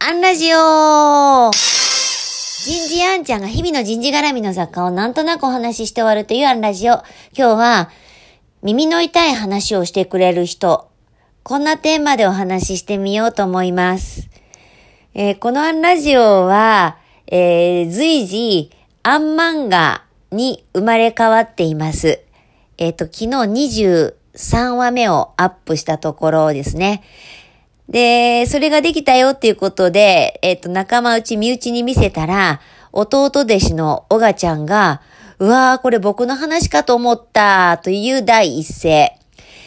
アンラジオ。人事アンちゃんが日々の人事絡みの雑貨をなんとなくお話しして終わるというアンラジオ。今日は耳の痛い話をしてくれる人。こんなテーマでお話ししてみようと思います。このアンラジオは、随時アン漫画に生まれ変わっています。昨日23話目をアップしたところですね。で、それができたよっていうことで、仲間内、身内に見せたら、弟弟子のオガちゃんが、うわー、これ僕の話かと思ったという第一声。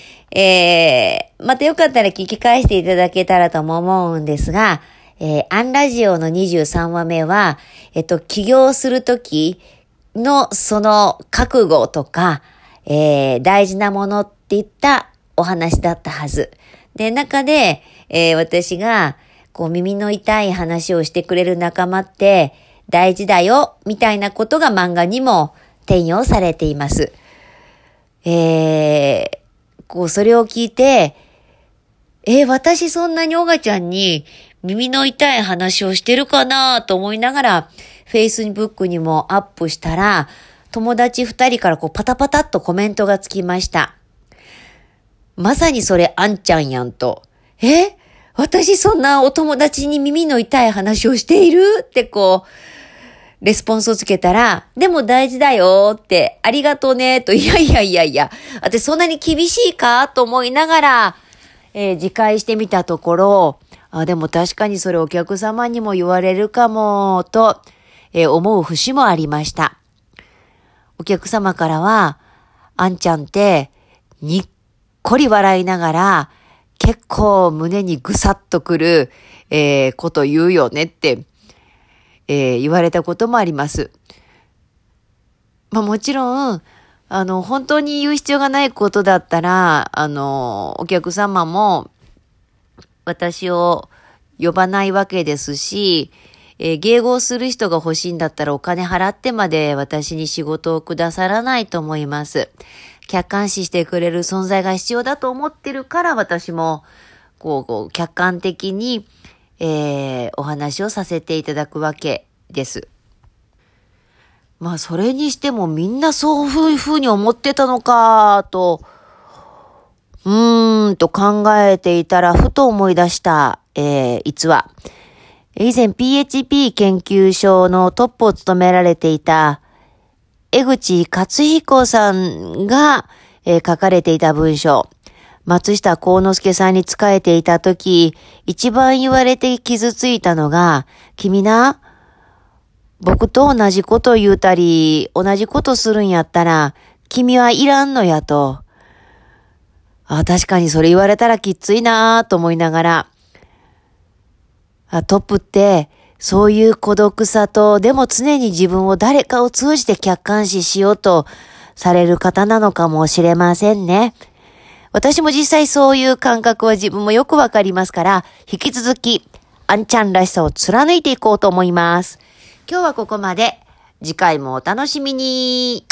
またよかったら聞き返していただけたらとも思うんですが、アンラジオの23話目は、起業するときのその覚悟とか、大事なものっていったお話だったはず。で、中で、私が耳の痛い話をしてくれる仲間って大事だよみたいなことが漫画にも転用されています。それを聞いて、私そんなにオガちゃんに耳の痛い話をしてるかなと思いながら Facebook にもアップしたら、友達2人からパタパタっとコメントがつきました。まさにそれあんちゃんやんと。私そんなお友達に耳の痛い話をしているってレスポンスをつけたら、でも大事だよって、ありがとうねと、いや、私そんなに厳しいかと思いながら、自戒してみたところ、でも確かにそれお客様にも言われるかもと、思う節もありました。お客様からは、あんちゃんってにっこり笑いながら、結構胸にぐさっとくる、こと言うよねって、言われたこともあります。もちろん、本当に言う必要がないことだったら、お客様も私を呼ばないわけですし、迎合する人が欲しいんだったらお金払ってまで私に仕事をくださらないと思います。客観視してくれる存在が必要だと思ってるから私も客観的に、お話をさせていただくわけです。それにしてもみんなそういうふうに思ってたのかと考えていたらふと思い出した、逸話。以前 PHP 研究所のトップを務められていた江口勝彦さんが、書かれていた文章。松下幸之助さんに仕えていたとき、一番言われて傷ついたのが、君な、僕と同じこと言うたり、同じことするんやったら、君はいらんのやと。確かにそれ言われたらきついなと思いながら、トップって、そういう孤独さと、でも常に自分を誰かを通じて客観視しようとされる方なのかもしれませんね。私も実際そういう感覚は自分もよくわかりますから、引き続き、あんちゃんらしさを貫いていこうと思います。今日はここまで。次回もお楽しみに。